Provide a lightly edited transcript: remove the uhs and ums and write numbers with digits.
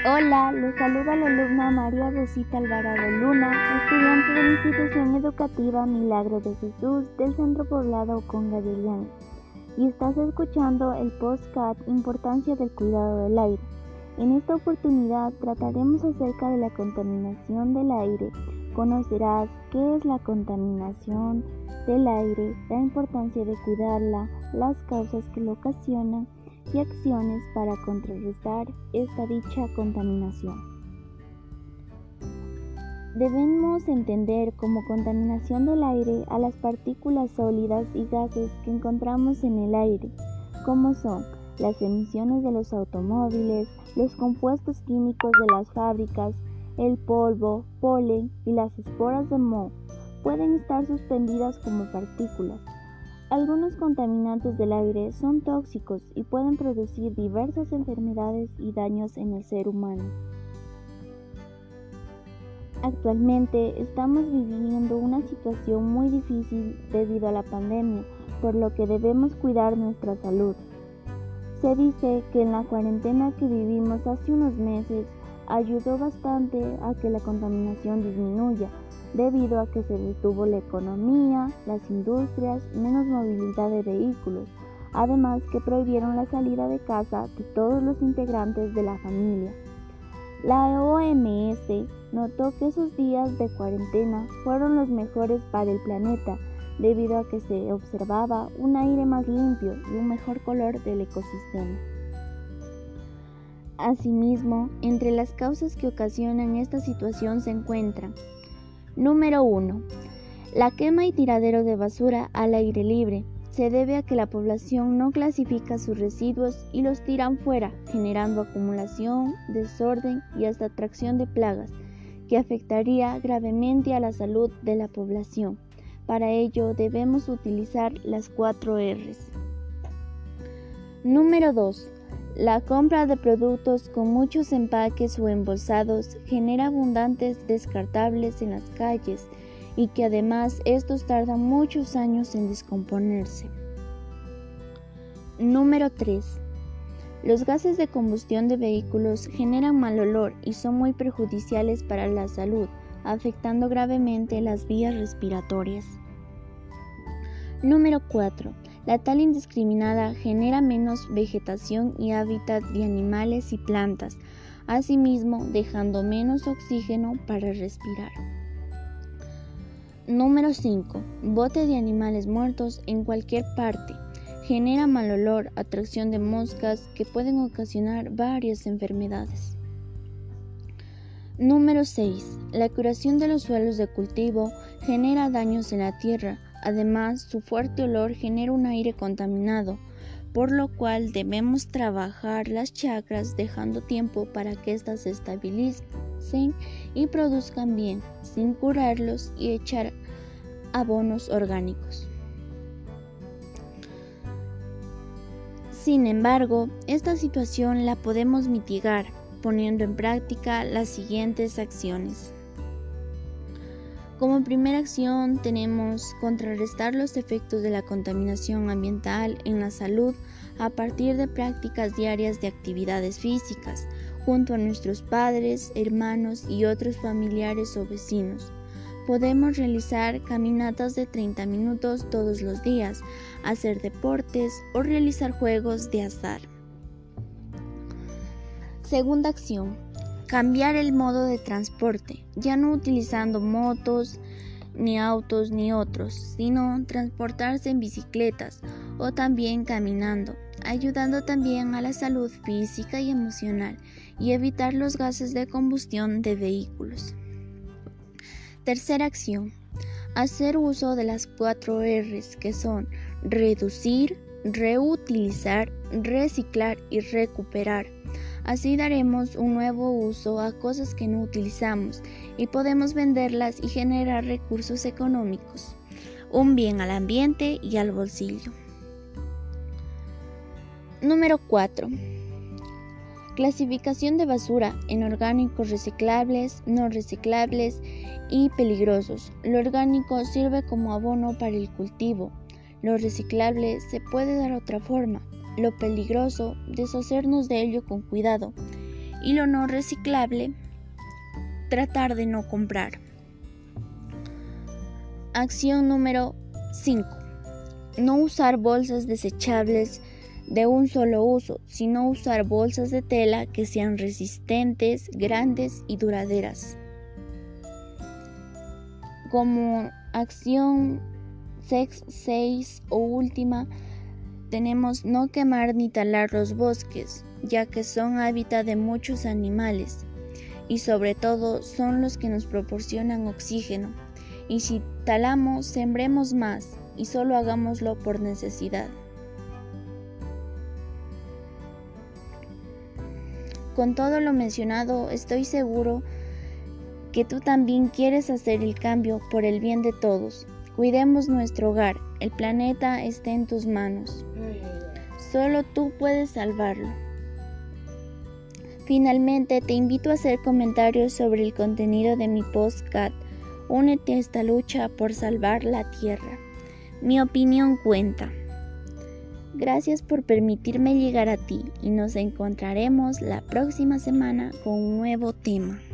Hola, les saluda la alumna María Rosita Alvarado Luna, estudiante de la institución educativa Milagro de Jesús del Centro Poblado Conga de León, y estás escuchando el podcast Importancia del Cuidado del Aire. En esta oportunidad trataremos acerca de la contaminación del aire. Conocerás qué es la contaminación del aire, la importancia de cuidarla, las causas que lo ocasionan y acciones para contrarrestar dicha contaminación. Debemos entender como contaminación del aire a las partículas sólidas y gases que encontramos en el aire, como son las emisiones de los automóviles, los compuestos químicos de las fábricas, el polvo, polen y las esporas de moho. Pueden estar suspendidas como partículas. Algunos contaminantes del aire son tóxicos y pueden producir diversas enfermedades y daños en el ser humano. Actualmente estamos viviendo una situación muy difícil debido a la pandemia, por lo que debemos cuidar nuestra salud. Se dice que en la cuarentena que vivimos hace unos meses ayudó bastante a que la contaminación disminuya, debido a que se detuvo la economía, las industrias, menos movilidad de vehículos, además que prohibieron la salida de casa de todos los integrantes de la familia. La OMS notó que esos días de cuarentena fueron los mejores para el planeta, debido a que se observaba un aire más limpio y un mejor color del ecosistema. Asimismo, entre las causas que ocasionan esta situación se encuentran: Número 1. La quema y tiradero de basura al aire libre. Se debe a que la población no clasifica sus residuos y los tiran fuera, generando acumulación, desorden y hasta atracción de plagas, que afectaría gravemente a la salud de la población. Para ello debemos utilizar las 4 R's. Número 2. La compra de productos con muchos empaques o embolsados genera abundantes descartables en las calles y que además estos tardan muchos años en descomponerse. Número 3. Los gases de combustión de vehículos generan mal olor y son muy perjudiciales para la salud, afectando gravemente las vías respiratorias. Número 4. La tala indiscriminada genera menos vegetación y hábitat de animales y plantas, asimismo dejando menos oxígeno para respirar. Número 5. Bote de animales muertos en cualquier parte. Genera mal olor, atracción de moscas que pueden ocasionar varias enfermedades. Número 6. La curación de los suelos de cultivo genera daños en la tierra. Además, su fuerte olor genera un aire contaminado, por lo cual debemos trabajar las chacras dejando tiempo para que éstas se estabilicen y produzcan bien, sin curarlos y echar abonos orgánicos. Sin embargo, esta situación la podemos mitigar poniendo en práctica las siguientes acciones. Como primera acción tenemos contrarrestar los efectos de la contaminación ambiental en la salud a partir de prácticas diarias de actividades físicas, junto a nuestros padres, hermanos y otros familiares o vecinos. Podemos realizar caminatas de 30 minutos todos los días, hacer deportes o realizar juegos de azar. Segunda acción. Cambiar el modo de transporte, ya no utilizando motos, ni autos, ni otros, sino transportarse en bicicletas o también caminando, ayudando también a la salud física y emocional y evitar los gases de combustión de vehículos. Tercera acción. Hacer uso de las 4 R's que son reducir, reutilizar, reciclar y recuperar. Así daremos un nuevo uso a cosas que no utilizamos y podemos venderlas y generar recursos económicos, un bien al ambiente y al bolsillo. Número 4. Clasificación de basura en orgánicos reciclables, no reciclables y peligrosos. Lo orgánico sirve como abono para el cultivo. Lo reciclable se puede dar otra forma. Lo peligroso, deshacernos de ello con cuidado. y lo no reciclable, tratar de no comprar. Acción número 5. No usar bolsas desechables de un solo uso, sino usar bolsas de tela que sean resistentes, grandes y duraderas. Como acción 6 o última, tenemos no quemar ni talar los bosques, ya que son hábitat de muchos animales y sobre todo son los que nos proporcionan oxígeno. Y si talamos, sembremos más y solo hagámoslo por necesidad. Con todo lo mencionado, estoy seguro que tú también quieres hacer el cambio por el bien de todos. Cuidemos nuestro hogar, el planeta está en tus manos. Solo tú puedes salvarlo. Finalmente, te invito a hacer comentarios sobre el contenido de mi podcast. Únete a esta lucha por salvar la Tierra. Mi opinión cuenta. Gracias por permitirme llegar a ti y nos encontraremos la próxima semana con un nuevo tema.